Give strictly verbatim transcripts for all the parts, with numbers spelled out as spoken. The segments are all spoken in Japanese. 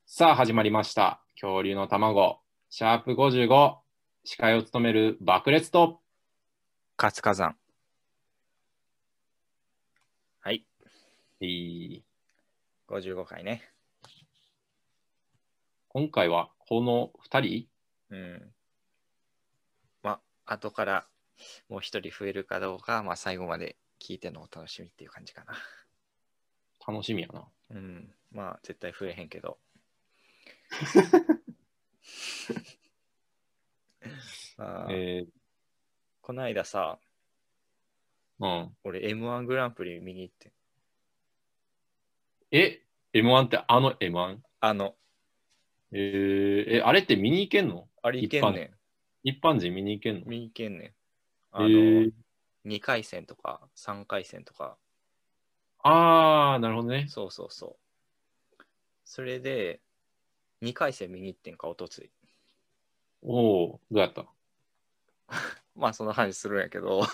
さあ始まりました。恐竜の卵、シャープごじゅうご、司会を務める爆裂と、 活火山。はい。 えーごじゅうごかいね。 今回はこのふたり。 うん。まあ、後からもう一人増えるかどうか、まあ、最後まで聞いてのお楽しみっていう感じかな。 楽しみやな。 うん。まあ、絶対増えへんけど。まあ、 えこの間さ、 ーうん。 俺 エムワン グランプリ見に行って。 え、エムワン ってあの エムワン？ あの、 えーえ、あれって見に行けんの？ あれい一般、 けんね一般人見に行けんの？ ん。見に行けんねん。 えあの、 ー、 にかい戦とかさんかい戦とか。 あー、なるほどね。 そうそうそう。それで、にかい戦見に行ってんか、おとつい。 おー、どうやった？ まあ、その話するんやけど。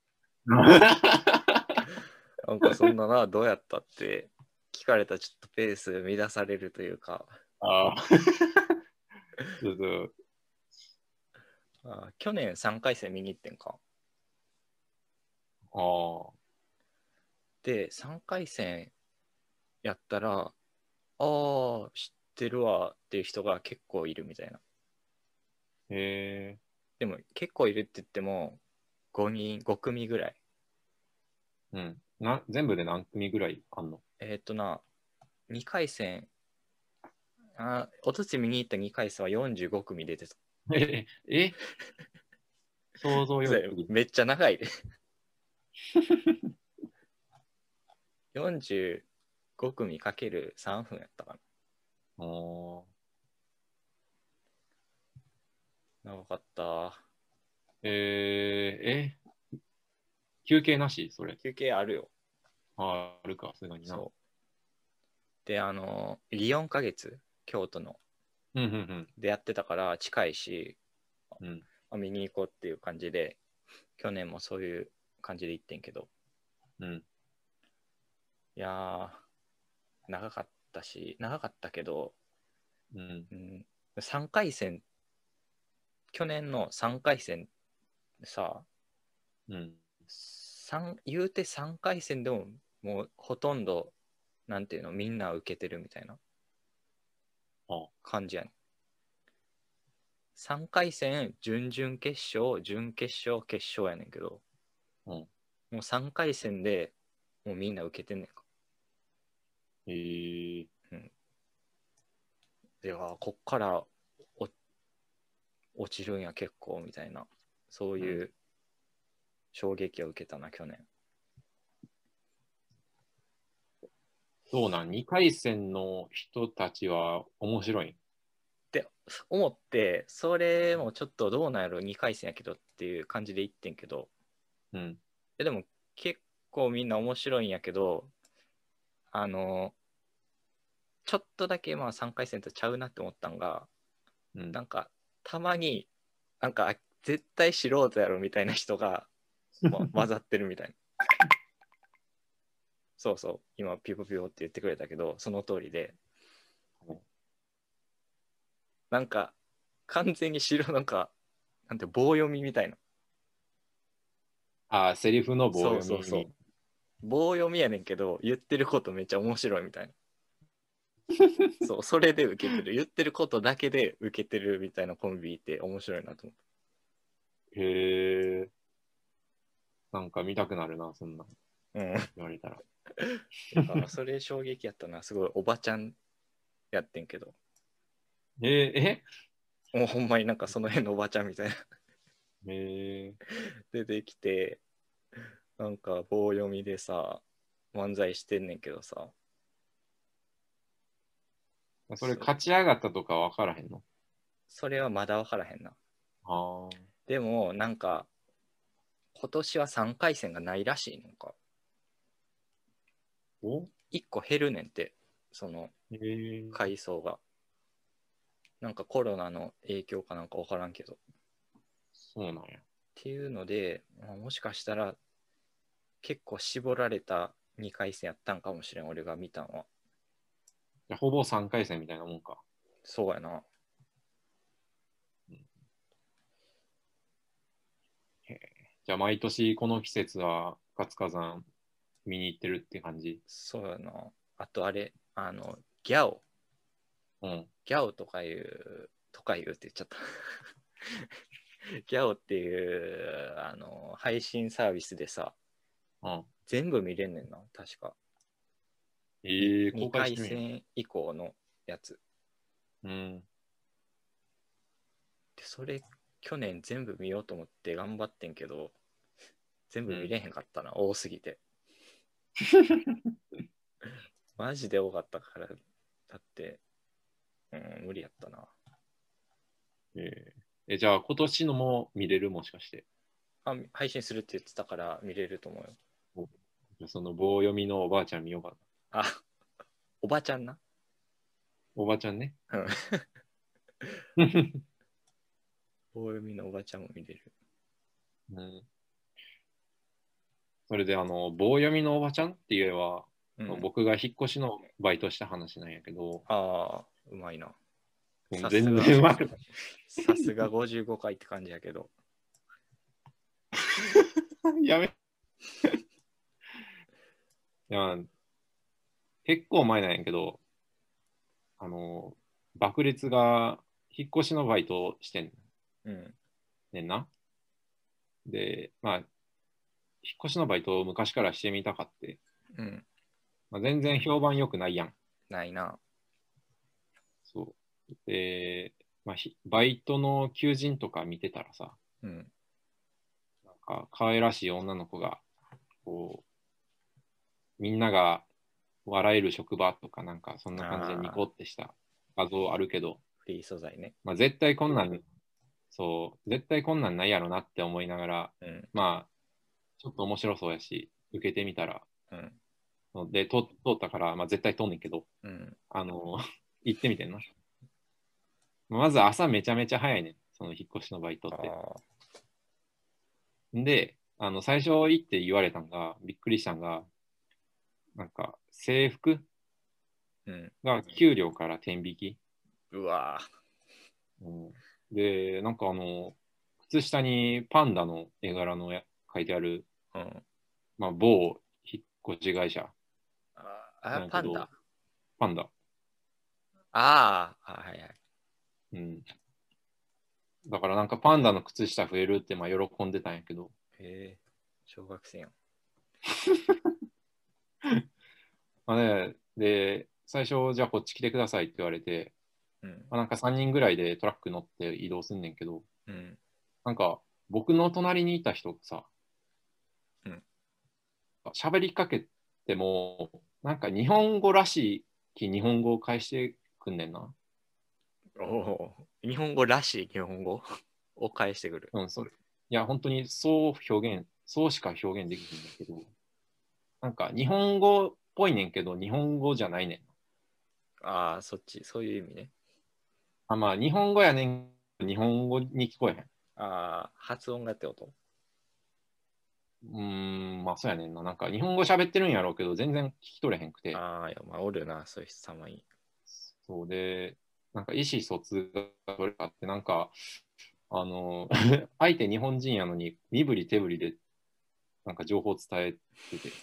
なんかそんなな、どうやったって聞かれたらちょっとペース乱されるというか、 あーちょっと、 あ去年さんかい戦見に行ってんか。 あー、 で、さんかい戦やったら、ああ、知ってるわっていう人が結構いるみたいな。 えでも結構いるって言ってもごにん、ご組ぐらい。 ー、うん。な、全部で何組ぐらいあんの？ えーっとな、にかい戦、あおとつい見に行ったにかい戦はよんじゅうご組出てた。 え、え、想像よりすぎる。 めっちゃ長いで。よんじゅうご組かけるさんぷんやったかおな。長かった。 ーえー、え、休憩なしそれ？ 休憩あるよ。 あ、あるか、さすがにな。 そう。で、あの、祇園花月、京都の、 うん、うん、 でやってたから近いし、 うん。うん、 見に行こうっていう感じで、去年もそういう感じで行ってんけど、 うん、 いやー、長かったし、長かったけど、 うん。 うん、さんかい戦、去年のさんかい戦さ、 うん。 三言うてさんかい戦でももうほとんど、なんていうの、みんな受けてるみたいなあ、 感じやねん。さんかい戦、準々決勝、準決勝、決勝やねんけど、 うん。 もうさんかい戦でもうみんな受けてんねんか。 えー、 うん、では、こっからお落ちるんや結構みたいな、そううん。 いう衝撃を受けたな、去年。 そうなん、にかい戦の人たちは面白い。 って思って、それもちょっとどうなんやろ、にかい戦やけどっていう感じで言ってんけど、 うん、 でも結構みんな面白いんやけど、あの、ちょっとだけまあさんかい戦とちゃうなって思ったんが、 うん。 なんかたまに、なんか絶対素人やろみたいな人が、ま、混ざってるみたいな。そうそう、今ピポピポって言ってくれたけど、その通りで、なんか完全に白、なんか、なんて棒読みみたいな。 あ、セリフの棒そう読みに。 そうそう。棒読みやねんけど、言ってることめっちゃ面白いみたいな。そう、それで受けてる。言ってることだけで受けてるみたいなコンビって面白いなと思へえ、なんか見たくなるな、そんなう。うん。 言われたら。 だからそれ衝撃やったな。すごいおばちゃんやってんけど。 えー、えもうほんまになんかその辺のおばちゃんみたいなえ出てきて、なんか棒読みでさ、漫才してんねんけどさ。 ー、それそう。 勝ち上がったとか分からへんの？ それはまだ分からへんな。 ああ、 でもなんか今年はさんかい戦がないらしいのか。 おいっこ減るねんって、そのえー、 階層が。なんかコロナの影響かなんか分からんけど。っそうなんや。 ていうので、もしかしたら結構絞られたにかい戦やったんかもしれん、俺が見たのは。 じゃほぼさんかい戦みたいなもんか。 そうやな。 じゃあ毎年この季節は活火山見に行ってるって感じ。 そうやな。あとあれ、あの、ギャオ。 うん。 ギャオとかいう、とかいうって言っちゃった。ギャオっていう、あの、配信サービスでさ、 うん。 全部見れんねんな、確か。 ええー、公開しにかいてるんや。 戦以降のやつ。 うん。 で、それ、去年全部見ようと思って頑張ってんけど、全部見れへんかったな、多すぎて。マジで多かったから、だって、うん、無理やったな。 えー、え、じゃあ今年のも見れるもしかして。 あ、配信するって言ってたから見れると思うよ。 おじゃあその棒読みのおばあちゃん見ようかな。 あ、おばちゃんな。 おばちゃんね。 うん。棒読みのおばちゃんも見れる。 うん、それであの棒読みのおばちゃんっていう絵は、 うん、 僕が引っ越しのバイトした話なんやけど、 ああ、うまいな。 うんさすが全然うまくない。 さすがごじゅうごかいって感じやけど。 やめ。いや、結構前なんやけど、あの、爆裂が引っ越しのバイトをしてんうん。 ねんな。で、まあ、引っ越しのバイトを昔からしてみたかって、 うん。 まあ、全然評判良くないやん。 ないな。 そう。で、まあ、ひバイトの求人とか見てたらさ、 うん。 なんか可愛らしい女の子が、こう、みんなが笑える職場とか、なんかそんな感じでニああ、 コってした画像あるけど、 フリー素材ね。 まあ、絶対こんなん、そう、絶対こんなんないやろなって思いながら、 うん。 まあ、ちょっと面白そうやし、受けてみたら、 うん。 で、通通ったから、まあ、絶対通んねんけど、 うん。 あの、行ってみてんな。まず朝めちゃめちゃ早いねん、その引っ越しのバイトって。 ああ。 で、あの、最初行って言われたんが、びっくりしたんが、なんか、制服うん。 が給料から天引き。 うわうん、で、なんかあの、靴下にパンダの絵柄のや書いてある、 ー。うん。 まあ、某引っ越し会社ああ、 なんやけど、 パンダ。 パンダ。 ああ、はいはい。 うん。だからなんかパンダの靴下増えるってまあ喜んでたんやけど、 へえ、小学生やん。 まあね、で、最初じゃあこっち来てくださいって言われて、 うん。 まあ、なんかさんにんぐらいでトラック乗って移動すんねんけど、 うん。 なんか僕の隣にいた人がさ、 うん。 喋りかけても、なんか日本語らしき日本語を返してくんねんな。 おお、日本語らしい日本語を返してくる。 うん、それ。いや、本当にそう表現、そうしか表現できひんだけど、なんか日本語っぽいねんけど、日本語じゃないねん。 ああ、そっち、そういう意味ね。 あ、まあ、日本語やねんけど、日本語に聞こえへん。 ああ、発音がってこと。 うーん、まあそうやねんな。なんか日本語喋ってるんやろうけど、全然聞き取れへんくて。 ああ、いや、まあ、おるな、そういう人たまに。 そうで、なんか意思疎通が取れたって、なんか、あの、相手日本人やのに身振り手振りでなんか情報伝えてて、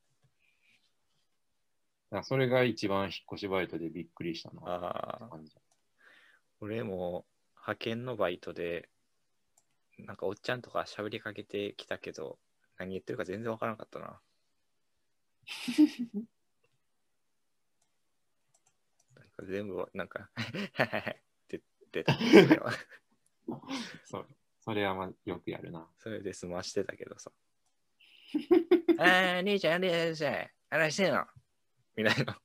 なんかそれが一番引っ越しバイトでびっくりしたなってああ、 感じ。 俺も派遣のバイトで、なんかおっちゃんとか喋りかけてきたけど、何言ってるか全然わからなかったな。なんか全部、なんかって言ってた、それは。 そう、それはまあよくやるな。 それで済ましてたけどさ。あー、兄ちゃん、兄ちゃん、話してんのみたいな。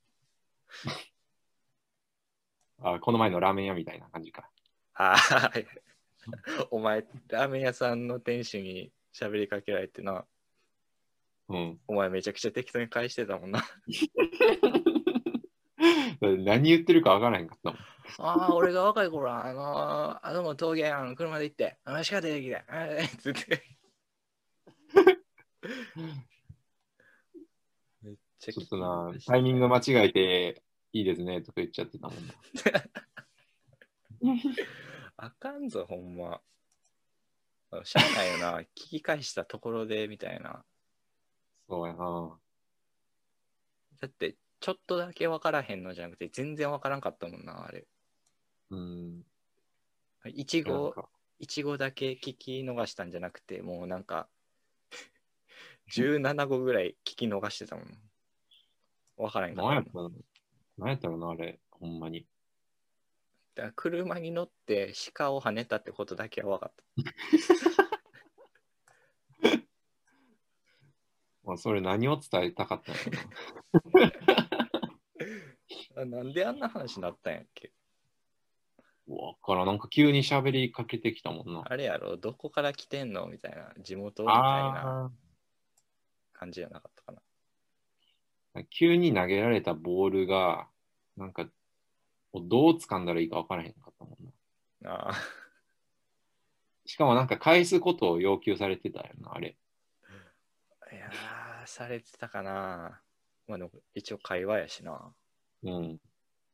あ、この前のラーメン屋みたいな感じか。 ああ、お前、ラーメン屋さんの店主に喋りかけられてな、 うん。 お前めちゃくちゃ適当に返してたもんな。 何言ってるかわからへんかったもん。 ああ、俺が若い頃は、あのー、あのも峠、あの車で行って、あの鹿出てきて、あーつって。めっちゃちょっ聞きとな、 ました。 タイミング間違えていいですねとか言っちゃってたもんな。 あかんぞ、ほんま。しゃあないよな。聞き返したところでみたいな。 そうやな。 だって、ちょっとだけ分からへんのじゃなくて、全然分からんかったもんな、あれ。 うん。 いちご、 なんか、 いちごだけ聞き逃したんじゃなくて、もうなんか、じゅうななごぐらい聞き逃してたもん。分からへんかったもん。 なんやったのなんやったのな、あれ、ほんまに。 だから車に乗って鹿を跳ねたってことだけは分かっまあ、それ何を伝えたかったんやろた。あ、なんであんな話になったんやっけ。 な。わからん、なんか急に喋りかけてきたもんな。 あれやろ、どこから来てんのみたいな、地元みたいなあ感じじゃなかったかな。 あ、急に投げられたボールが、なんか、どう掴んだらいいかわからへんかったもんな。 ああ、 しかもなんか返すことを要求されてたよな、あれ。 いやー、されてたかな。まあでも一応会話やしな。 うん。 い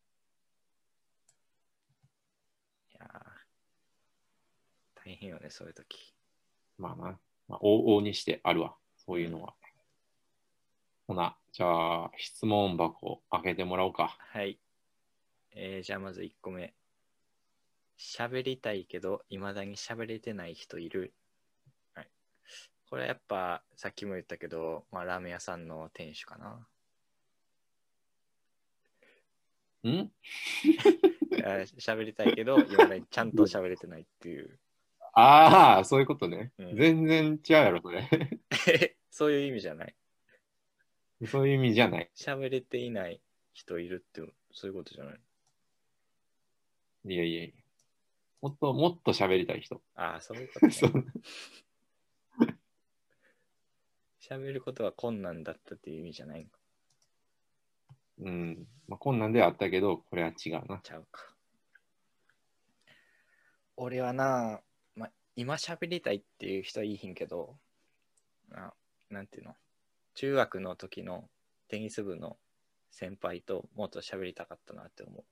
やー、大変よね、そういう時。 まあな。まあ、往々にしてあるわ、そういうのは。ほな、じゃあ、質問箱開けてもらおうか。 はい。えー、じゃあまずいっこめ。喋りたいけど、いまだに喋れてない人いる。はい。これはやっぱ、さっきも言ったけど、まあ、ラーメン屋さんの店主かな。 ん喋りたいけど、いまだにちゃんと喋れてないっていう。 ああ、そういうことね。 うん、 全然違うやろ、それ。 そういう意味じゃない。 そういう意味じゃない。 喋れていない人いるって、そういうことじゃない。 いやいやいや。もっともっと喋りたい人。 ああ、そういうことそね。 う喋ることは困難だったっていう意味じゃないのか。 うん。まあ、困難ではあったけど、これは違うな。 ちゃうか。俺はな、まあ、今喋りたいっていう人はいいひんけど、あ、なんていうの、中学の時のテニス部の先輩ともっと喋りたかったなって思う。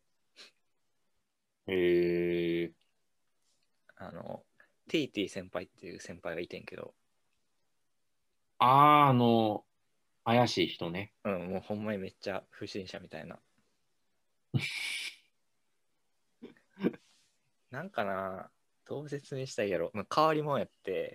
へえ。 あの、ティーティ先輩っていう先輩がいてんけど、 あー、あの、怪しい人ね。 うん、もうほんまにめっちゃ不審者みたいな。なんかな、どう説明したいやろ。まあ、変わり者やって、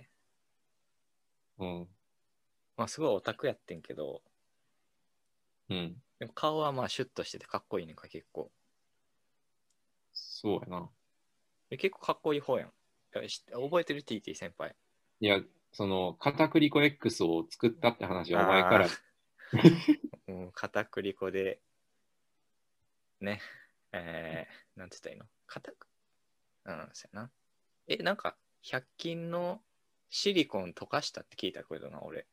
うん。 まあ、すごいオタクやってんけど、 うん。 でも顔はまあシュッとしててかっこいいねんか、結構。 そうやな。 で結構かっこいい方やん。よし覚えてる ティーティー 先輩。 いや、その、片栗粉 X を作ったって話はお前かあら。 あ、もう片栗粉で、ね、えー、なんて言ったらいいの片く、うん、そうやな。え、なんか、ひゃく均のシリコン溶かしたって聞いたけどな、俺。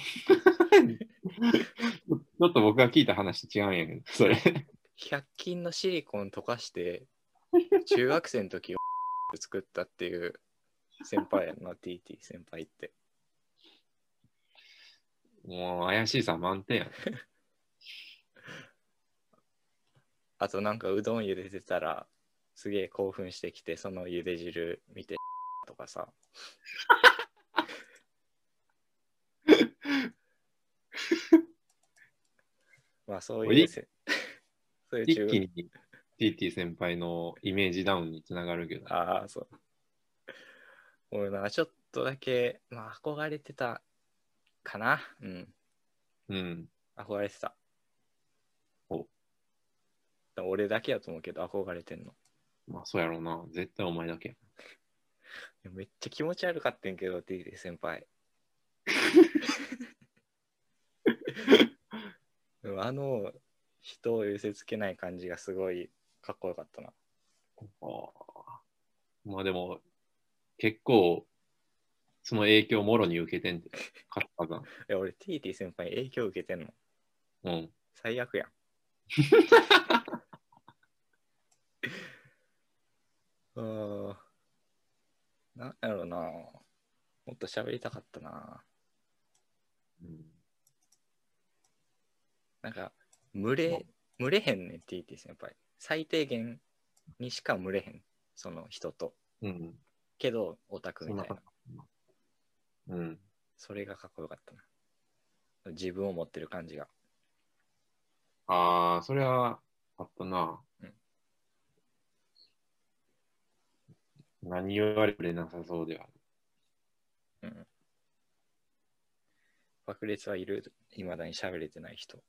ちょっと僕が聞いた話と違うんやけど、それ。 ひゃく均のシリコン溶かして、中学生の時を作ったっていう先輩やんな、ティーティー 先輩って。 もう怪しいさ満点やね。 あとなんかうどん茹でてたら、すげえ興奮してきて、その茹で汁見てとかさ。まあそういうせ、そういう中学、 一気に ティーティー 先輩のイメージダウンにつながるけど。 ああ、そう。俺なんかちょっとだけ、まあ憧れてたかな。うん。 うん。 憧れてた。 お、 でも俺だけやと思うけど憧れてんの。 まあそうやろうな。絶対お前だけや。 めっちゃ気持ち悪かってんけど、ティーティー 先輩。でもあの人を寄せつけない感じがすごいかっこよかったな。 ああ。まあでも、結構、その影響をもろに受けてんて、カッパが。 いや俺 ティーティー 先輩に影響受けてんの。 うん。 最悪やん。あー、なんやろうな。もっと喋りたかったな。 うん、 なんか、群れ、 群れへんねん、ティーティー 先輩。最低限にしか群れへん、その人と。 うん。 けど、オタクみたいな。 そんな感じ。うん。 それがかっこよかったな。自分を持ってる感じが。 ああ、それはあったな。 うん、 何言われてなさそうでは。 うん。爆裂はいる、いまだに喋れてない人。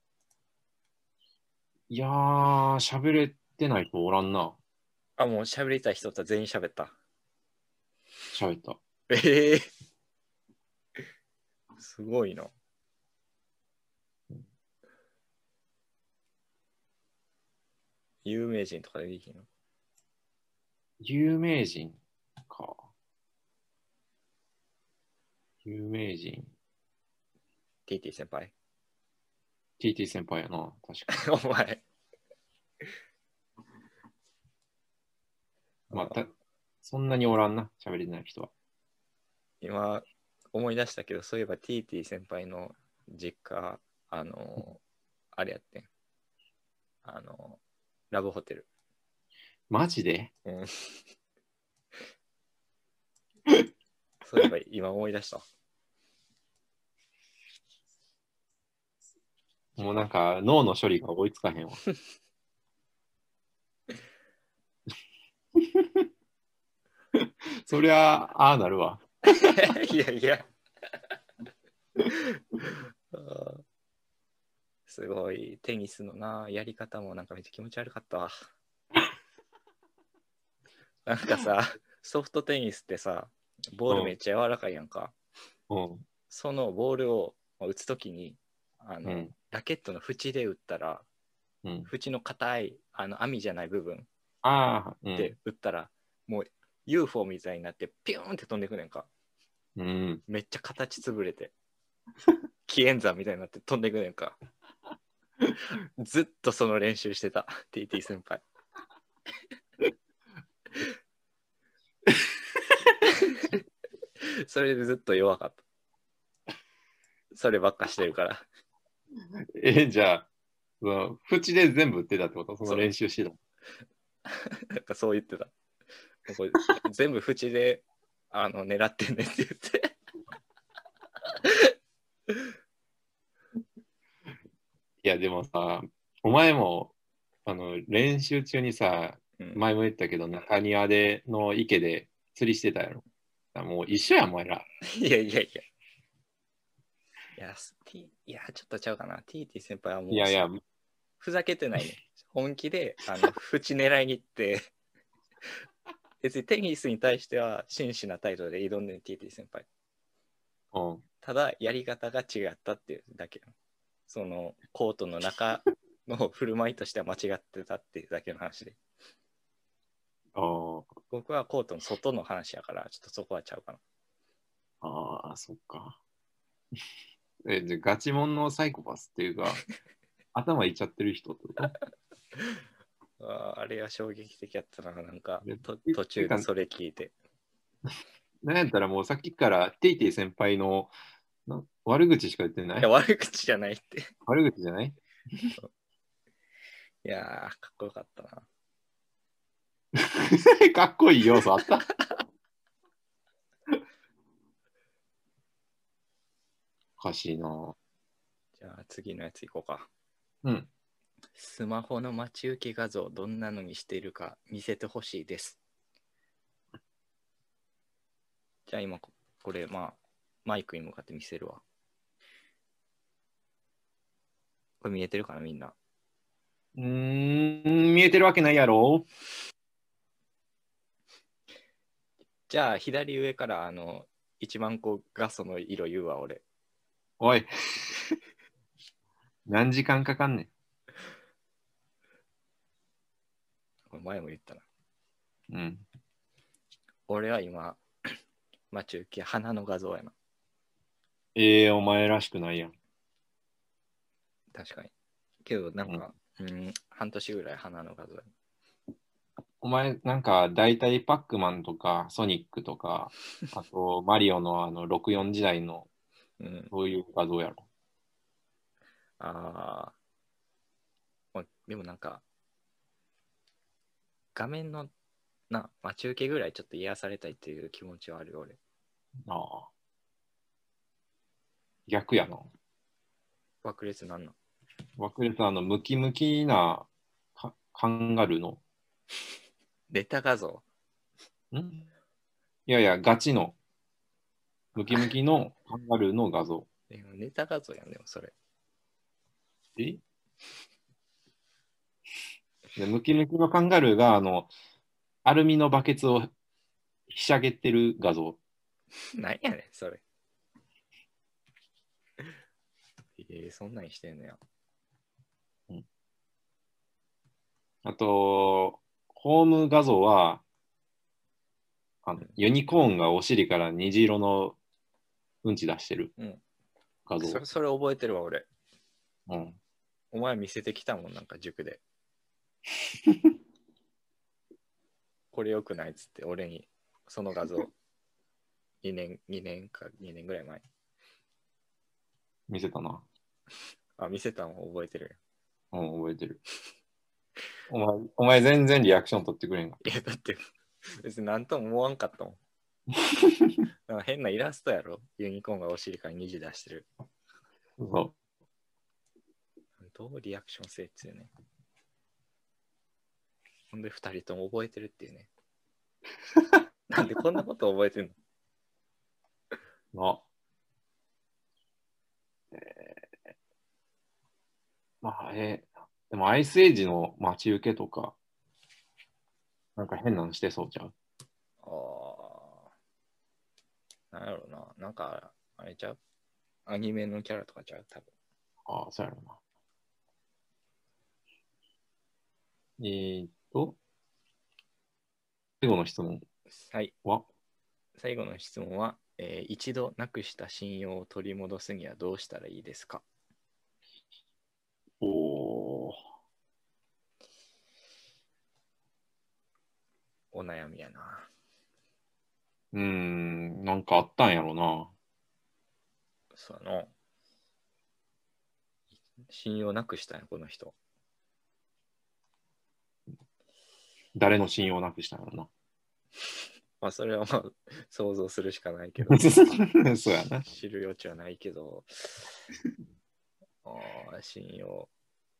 いやー、喋れてない人おらんな。 あ、もう喋りたい人と全員喋った。 喋った。 ええー、すごいな。有名人とかでできるの？ 有名人か。有名人。 ティーティー 先輩。 ティーティー 先輩やな。確かに。 お前。 まあ、たそんなにおらんな。喋れてない人は。 今思い出したけど、そういえば ティーティー 先輩の実家、あの、あれやってん。あの、ラブホテル。 マジで？ うん。そういえば今思い出した。 もうなんか脳の処理が追いつかへんわ。そりゃあ、ああなるわ。 いやいや。すごい、テニスのな、やり方もなんかめっちゃ気持ち悪かったわ。なんかさ、ソフトテニスってさ、ボールめっちゃ柔らかいやんか。 うん。 そのボールを打つときに、あの、 うん。 ラケットの縁で打ったら、 うん。 縁の硬いあの網じゃない部分ああ、うん。 で打ったら、もう ユーフォー みたいになってピューンって飛んでくねんか。 うん。 めっちゃ形潰れて、紀元山みたいになって飛んでくねんか。ずっとその練習してた、ティーティー 先輩。それでずっと弱かった。そればっかしてるから。 え、じゃあ、その縁で全部打ってたってこと？その練習してた。 なんかそう言ってた。これ全部縁であの狙ってんねんって言って。 いや、でもさ、お前もあの練習中にさ、 うん、 前も言ったけど、中庭での池で釣りしてたやろ。もう一緒やん、お前ら。 いやいやいや。いや、T、いやちょっとちゃうかな。ティーティー 先輩はもういやいや、 ふざけてないね。本気であの縁狙いに行って、別にテニスに対しては真摯な態度で挑んでる ティーティー 先輩。 うん。 ただ、やり方が違ったっていうだけ。そのコートの中の振る舞いとしては間違ってたっていうだけの話で。 あー僕はコートの外の話やから、ちょっとそこはちゃうかな。 あー、そっか。え、じゃあガチモンのサイコパスっていうか、頭いっちゃってる人ってこと？ ああれは衝撃的やったな、なんかでと途中でそれ聞いて。 なんやったらもうさっきからテイテイ先輩のな悪口しか言ってない。 いや、悪口じゃないって。 悪口じゃない？ いやー、かっこよかったな。 かっこいい要素あった？おかしいな。 じゃあ次のやついこうか。 うん。 スマホの待ち受け画像どんなのにしているか見せてほしいです。じゃあ今ここれまあマイクに向かって見せるわ。これ見えてるかなみんな。 うーん、見えてるわけないやろ。 じゃあ左上からあの一番こう画素の色言うわ俺。 おい。何時間かかんねこれ前も言ったな。 ん。うん。 俺は今待ち受け花の画像やな。 ええー、お前らしくないやん。 確かに。けどなんか、うん、うん半年ぐらい花の画像やな。 お前、なんか、大体パックマンとか、ソニックとか、あと、マリオのあの、ろくじゅうよん時代の、 うん。 そういう画像やろ。 ああ。 でもなんか、画面のな、待ち受けぐらいちょっと癒されたいっていう気持ちはあるよ、俺。 ああ。逆やな。 爆裂なんの。 爆裂あの、ムキムキなカカンガルーの。 ネタ画像。 んいやいや、ガチの、ムキムキのカンガルーの画像。 でもネタ画像やん、でもそれ。 えでムキムキのカンガルーが、あの、アルミのバケツをひしゃげてる画像。 何やねん、それ。えー、そんなんしてんのや。 うん、あと、ホーム画像は、あのユニコーンがお尻から虹色のうんち出してるうん。 画像。 それ、それ覚えてるわ、俺。 うん、 お前見せてきたもん、なんか塾で。これよくないっつって、俺にその画像、にねん、にねんかにねんぐらい前。 見せたな。 あ、見せたの覚えてるうん、覚えてる。お前、お前全然リアクション取ってくれんが。 やん。いや、だって、別になんとも思わんかったもん。なんか変なイラストやろ、ユニコーンがお尻から虹出してる。 そどうリアクション性っつうね。ほんで二人とも覚えてるっていうね。なんでこんなこと覚えてんの？ う。な。えー、まあ、えーでもアイスエイジの待ち受けとか、なんか変なのしてそうちゃう。 ああ、なんやろうな。なんか、あれちゃう？アニメのキャラとかちゃう？多分。 ああ、そうやろな。えーっと、最後の質問はい。 は、 最後の質問は、えー一度なくした信用を取り戻すにはどうしたらいいですか？ おー、 お悩みやな。 うーん、なんかあったんやろな。 その、信用なくしたんや、この人。 誰の信用をなくしたんやろまあ、それはまあ、想像するしかないけど、 な。そうやな。 知る余地はないけど、あー信用。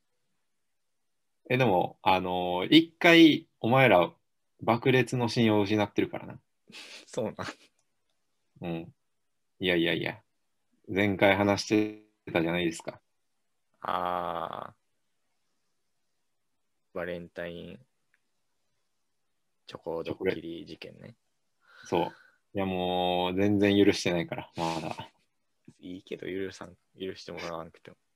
え、でも、あのー一回、お前ら、爆裂の信用を失ってるからな。 そうなん。 うん。いやいやいや、前回話してたじゃないですか。 ああ、バレンタインチョコドッチョコレート。 キリ事件ね。 そう。いや、もう、全然許してないから、まだ。 いいけど許さん、許してもらわなくても。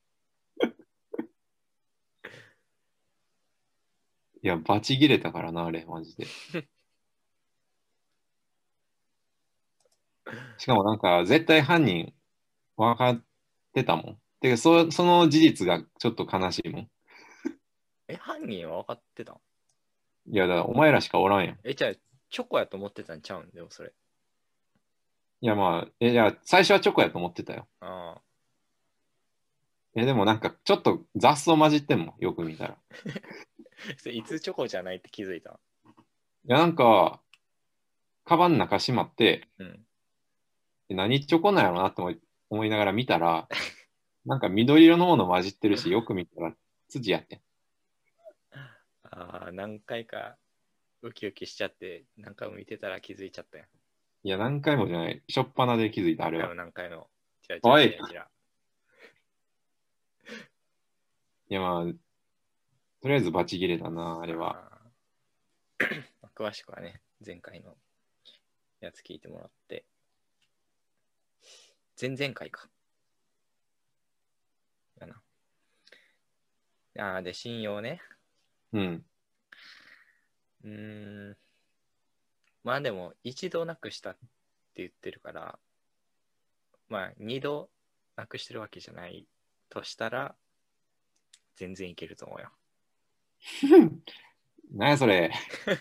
いや、バチ切れたからな、あれ、マジで。しかもなんか、絶対犯人分かってたもん。てか、そ、その事実がちょっと悲しいもん。 え、犯人は分かってたん？ いや、だからお前らしかおらんやん。 え、じゃあ、チョコやと思ってたんちゃうん？でもそれ。 いや、まあ、え、いや、最初はチョコやと思ってたよ。 ああ。 え、でもなんか、ちょっと雑草混じってんもん、よく見たら。いそれいつチョコじゃないって気づいた？ や、なんか、カバンの中しまって、 うん。 え何チョコなんやろなって思い、思いながら見たら、なんか緑色のもの混じってるし、よく見たら土やってん。 ああ、何回かウキウキしちゃって、何回も見てたら気づいちゃったよ。 いや、何回もじゃない。しょっぱなで気づいた、あれは。 何回も何回も。チラチラおいチラチラ。 いや、まあ、とりあえずバチ切れだな、あれは。 あまあ詳しくはね、前回のやつ聞いてもらって。前々回か。やな。ああ、で、信用ね。 うん。 うーん。まあでも、一度なくしたって言ってるから、まあ、二度なくしてるわけじゃないとしたら、全然いけると思うよ。 なんやそれ。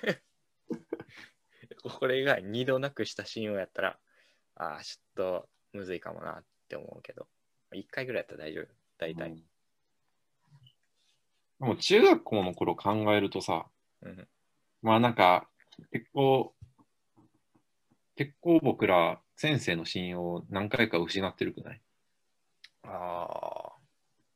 これが二度なくした信用やったら、ああ、ちょっとむずいかもなって思うけど、一回ぐらいやったら大丈夫。大体。 うんもう中学校の頃考えるとさ、 うん、 まあなんか、結構、結構僕ら先生の信用を何回か失ってるくない？ ああ、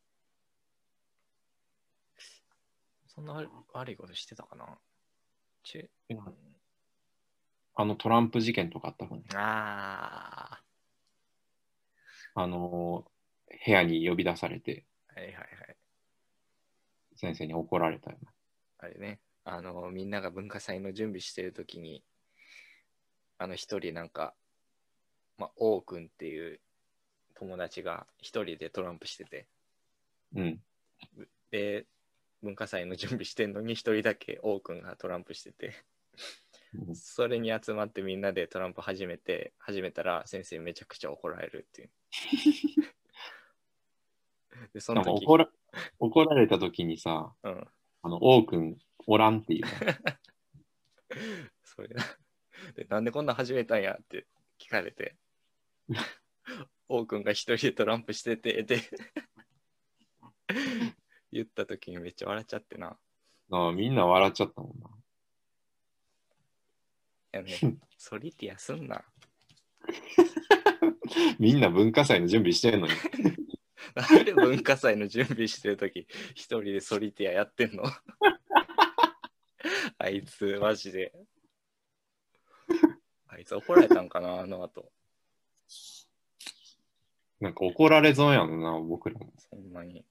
そんな悪悪いことしてたかな。中あのトランプ事件とかあったもんね。 ああの、部屋に呼び出されてあ、はいはいはい。 先生に怒られたよな。 あれね、あの、みんなが文化祭の準備してるときに、あの一人なんか、まあ、王くんっていう友達が一人でトランプしてて、 うん。 で、文化祭の準備してんのに一人だけ王くんがトランプしてて、それに集まってみんなでトランプ始めて、始めたら先生めちゃくちゃ怒られるっていう。で、その時怒ら、怒られた時にさ、 うん、 あの、王くんおらんっていうな。 それで、なんでこんなん始めたんやって聞かれて、王くんが一人でトランプしてて、で、言った時にめっちゃ笑っちゃってな。 ああみんな笑っちゃったもんな。 いやね、ソリティアすんな。 みんな文化祭の準備してんのに。 なんで文化祭の準備してる時一人でソリティアやってんの？あいつマジで。あいつ怒られたんかな、あの後。 なんか怒られ損やのな、僕らも。 そんなに。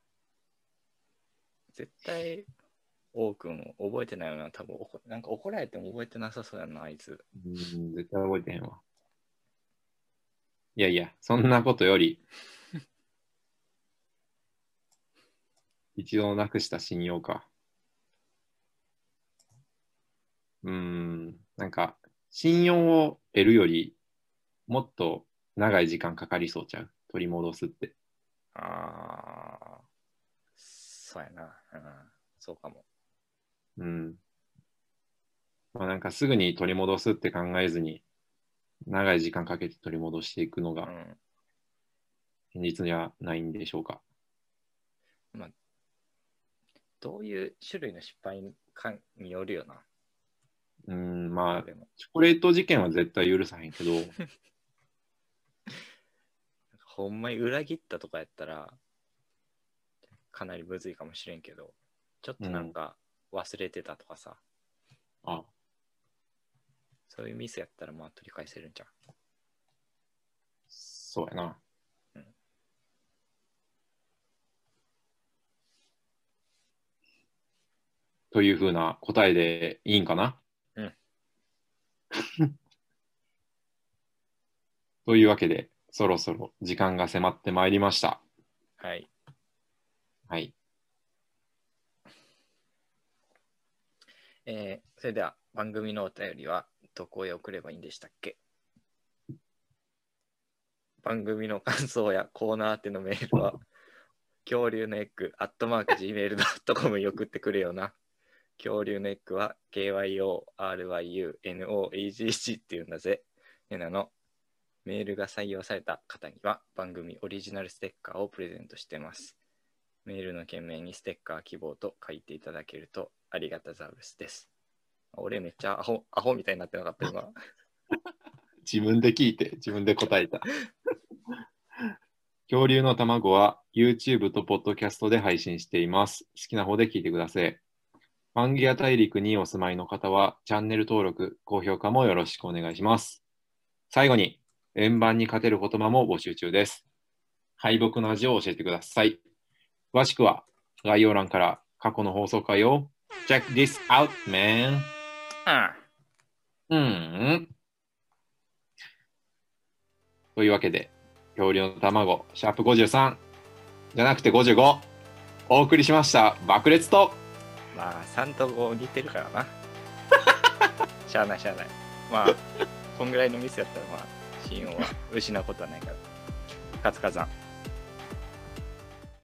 絶対、王くん覚えてないよな、多分。なんか怒られても覚えてなさそうやな、あいつ。 うん、絶対覚えてへんわ。いやいや、そんなことより、一度なくした信用か。うーん、なんか、信用を得るより、もっと長い時間かかりそうちゃう。取り戻すって。 ああ、そうやな。うん、そうかも。 うん。まあなんかすぐに取り戻すって考えずに、長い時間かけて取り戻していくのがうん。 現実にはないんでしょうか。 まあ、どういう種類の失敗かによるよな。 うん、まあ、 でもチョコレート事件は絶対許さへんけど、 ほんまに裏切ったとかやったら、かなりむずいかもしれんけど、ちょっとなんか忘れてたとかさ、 あ、 そういうミスやったらまあ取り返せるんじゃん。 そうやな。 うん、 というふうな答えでいいんかな。 うん。 というわけで、そろそろ時間が迫ってまいりました。 はい。 はい。 えー、それでは番組のお便りはどこへ送ればいいんでしたっけ？番組の感想やコーナー宛てのメールは恐竜のエッグアットマーク ジーメールドットコム に送ってくれよな。恐竜のエッグは ケーワイオーアールワイユーエヌオーエイジージー っていうんだぜ。えなのメールが採用された方には番組オリジナルステッカーをプレゼントしてます。メールの件名にステッカー希望と書いていただけるとありがたザウルスです。俺めっちゃアホ、アホみたいになってなかった今。 自分で聞いて、自分で答えた。恐竜の卵は YouTube と Podcast で配信しています。好きな方で聞いてください。パンギア大陸にお住まいの方はチャンネル登録、高評価もよろしくお願いします。最後に、円盤に勝てる言葉も募集中です。敗北の味を教えてください。詳しくは概要欄から過去の放送回を Check this out, man! うん。というわけで、恐竜の卵、シャープごじゅうさんじゃなくてごじゅうご、お送りしました。爆裂と。 まあ、さんとご似てるからな。しゃあないしゃあない。まあ、こんぐらいのミスやったら、まあ、信用は失うことはないから。カツカザン。